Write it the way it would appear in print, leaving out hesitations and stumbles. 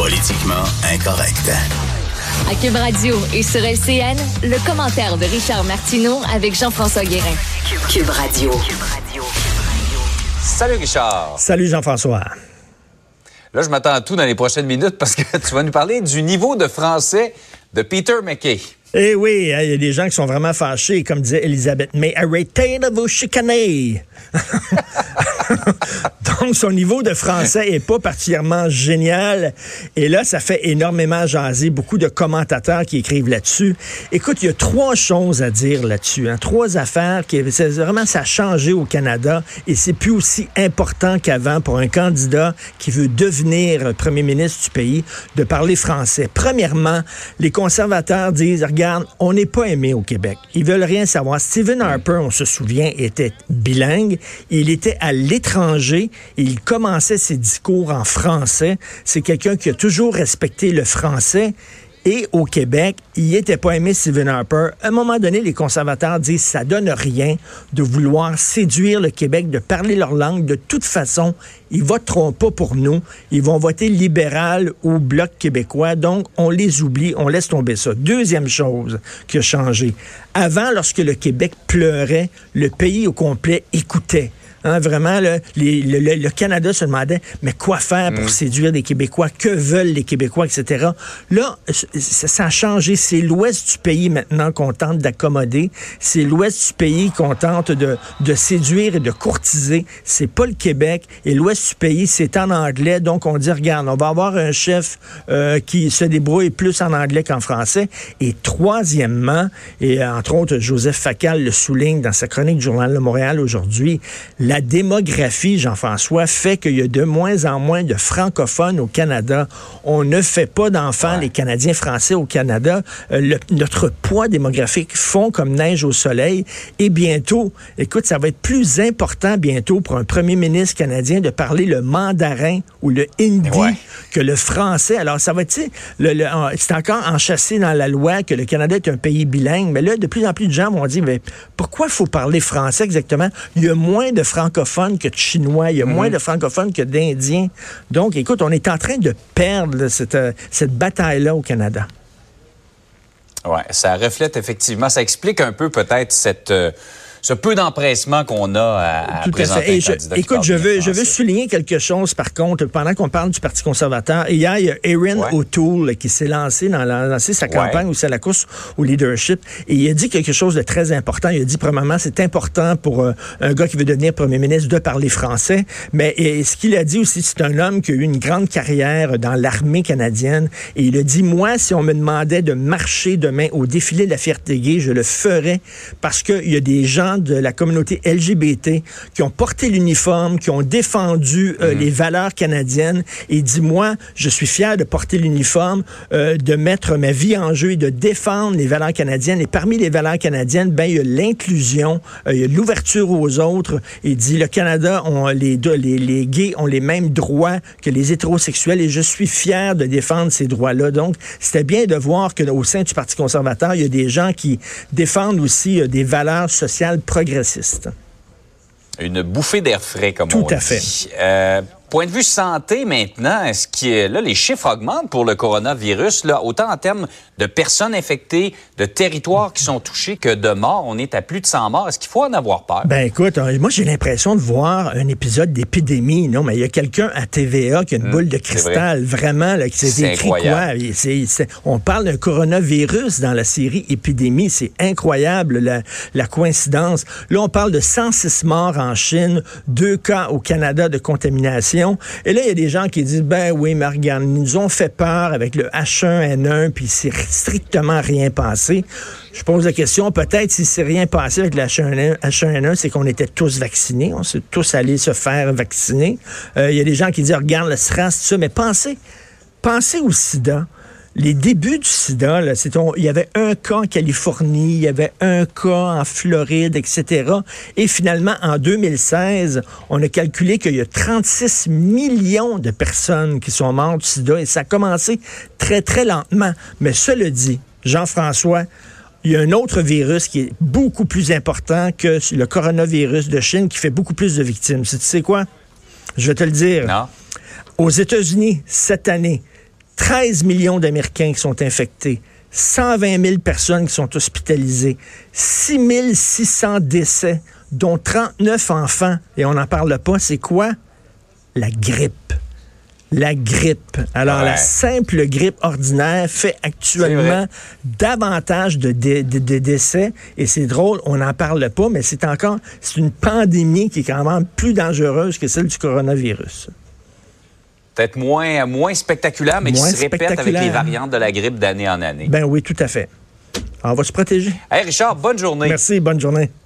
Politiquement incorrect. À Cube Radio et sur LCN, le commentaire de Richard Martineau avec Jean-François Guérin. Cube Radio. Salut Richard. Salut Jean-François. Là, je m'attends à tout dans les prochaines minutes parce que tu vas nous parler du niveau de français de Peter MacKay. Eh oui, il y a des gens qui sont vraiment fâchés, comme disait Elisabeth May. Arrêtez de vous chicaner! Donc, son niveau de français est pas particulièrement génial. Et là, ça fait énormément jaser. Beaucoup de commentateurs qui écrivent là-dessus. Écoute, il y a 3 choses à dire là-dessus. 3 affaires qui, vraiment, ça a changé au Canada. Et c'est plus aussi important qu'avant pour un candidat qui veut devenir premier ministre du pays de parler français. Premièrement, les conservateurs disent, regarde, on n'est pas aimé au Québec. Ils veulent rien savoir. Stephen Harper, on se souvient, était bilingue. Il était à l'étranger. Il commençait ses discours en français. C'est quelqu'un qui a toujours respecté le français. Et au Québec, il n'était pas aimé, Stephen Harper. À un moment donné, les conservateurs disent ça donne rien de vouloir séduire le Québec, de parler leur langue. De toute façon, ils voteront pas pour nous. Ils vont voter libéral ou Bloc québécois. Donc, on les oublie, on laisse tomber ça. Deuxième chose qui a changé. Avant, lorsque le Québec pleurait, le pays au complet écoutait. Vraiment, le Canada se demandait, mais quoi faire pour séduire les Québécois? Que veulent les Québécois, etc. Là, ça a changé. C'est l'ouest du pays maintenant qu'on tente d'accommoder. C'est l'ouest du pays qu'on tente de séduire et de courtiser. C'est pas le Québec. Et l'ouest du pays, c'est en anglais. Donc, on dit, regarde, on va avoir un chef qui se débrouille plus en anglais qu'en français. Et troisièmement, et entre autres, Joseph Facal le souligne dans sa chronique du Journal de Montréal aujourd'hui, la démographie, Jean-François, fait qu'il y a de moins en moins de francophones au Canada. On ne fait pas d'enfants, les Canadiens français au Canada. Notre poids démographique fond comme neige au soleil. Et bientôt, écoute, ça va être plus important bientôt pour un premier ministre canadien de parler le mandarin ou le hindi que le français. Alors, ça va être, c'est encore enchâssé dans la loi que le Canada est un pays bilingue. Mais là, de plus en plus de gens vont dire, mais pourquoi il faut parler français exactement? Il y a moins de francophones que de Chinois. Il y a moins de francophones que d'Indiens. Donc, écoute, on est en train de perdre cette bataille-là au Canada. Oui, ça reflète effectivement, ça explique un peu peut-être ce peu d'empressement qu'on a à présenter un candidat. Écoute, je veux souligner quelque chose, par contre, pendant qu'on parle du Parti conservateur. Hier, il y a Erin O'Toole qui s'est lancé sa campagne aussi à la course au leadership. Et il a dit quelque chose de très important. Il a dit, premièrement, c'est important pour un gars qui veut devenir premier ministre de parler français. Mais ce qu'il a dit aussi, c'est un homme qui a eu une grande carrière dans l'armée canadienne. Et il a dit, moi, si on me demandait de marcher demain au défilé de la fierté gay, je le ferais parce qu'il y a des gens de la communauté LGBT qui ont porté l'uniforme, qui ont défendu les valeurs canadiennes. Et dis-moi, je suis fier de porter l'uniforme, de mettre ma vie en jeu et de défendre les valeurs canadiennes. Et parmi les valeurs canadiennes, il y a l'inclusion, il y a l'ouverture aux autres. Il dit, le Canada, les gays ont les mêmes droits que les hétérosexuels et je suis fier de défendre ces droits-là. Donc, c'était bien de voir qu'au sein du Parti conservateur, il y a des gens qui défendent aussi des valeurs sociales progressiste. Une bouffée d'air frais, comme on dit. Tout à fait. Point de vue santé maintenant, est-ce que là, les chiffres augmentent pour le coronavirus, là, autant en termes de personnes infectées, de territoires qui sont touchés que de morts? On est à plus de 100 morts. Est-ce qu'il faut en avoir peur? Ben écoute, moi j'ai l'impression de voir un épisode d'épidémie. Non, mais il y a quelqu'un à TVA qui a une boule de cristal, vraiment, là, qui s'est écrit incroyable. Quoi? On parle d'un coronavirus dans la série Épidémie. C'est incroyable, la coïncidence. Là, on parle de 106 morts en Chine, 2 cas au Canada de contamination. Et là, il y a des gens qui disent, ben oui, mais regarde, ils nous ont fait peur avec le H1N1, puis c'est strictement rien passé. Je pose la question, peut-être si c'est rien passé avec le H1N1, c'est qu'on était tous vaccinés, on s'est tous allés se faire vacciner. Il y a des gens qui disent, regarde, le SRAS, tout ça, mais pensez au sida. Les débuts du sida, là, il y avait un cas en Californie, il y avait un cas en Floride, etc. Et finalement, en 2016, on a calculé qu'il y a 36 millions de personnes qui sont mortes du sida et ça a commencé très, très lentement. Mais cela dit, Jean-François, il y a un autre virus qui est beaucoup plus important que le coronavirus de Chine qui fait beaucoup plus de victimes. Tu sais quoi? Je vais te le dire. Non. Aux États-Unis, cette année, 13 millions d'Américains qui sont infectés. 120 000 personnes qui sont hospitalisées. 6 600 décès, dont 39 enfants. Et on n'en parle pas. C'est quoi? La grippe. La grippe. Alors, la simple grippe ordinaire fait actuellement davantage de décès. Et c'est drôle, on n'en parle pas, mais c'est une pandémie qui est quand même plus dangereuse que celle du coronavirus. Peut-être moins spectaculaire, mais qui se répète avec les variantes de la grippe d'année en année. Ben oui, tout à fait. Alors, on va se protéger. Hey Richard, bonne journée. Merci, bonne journée.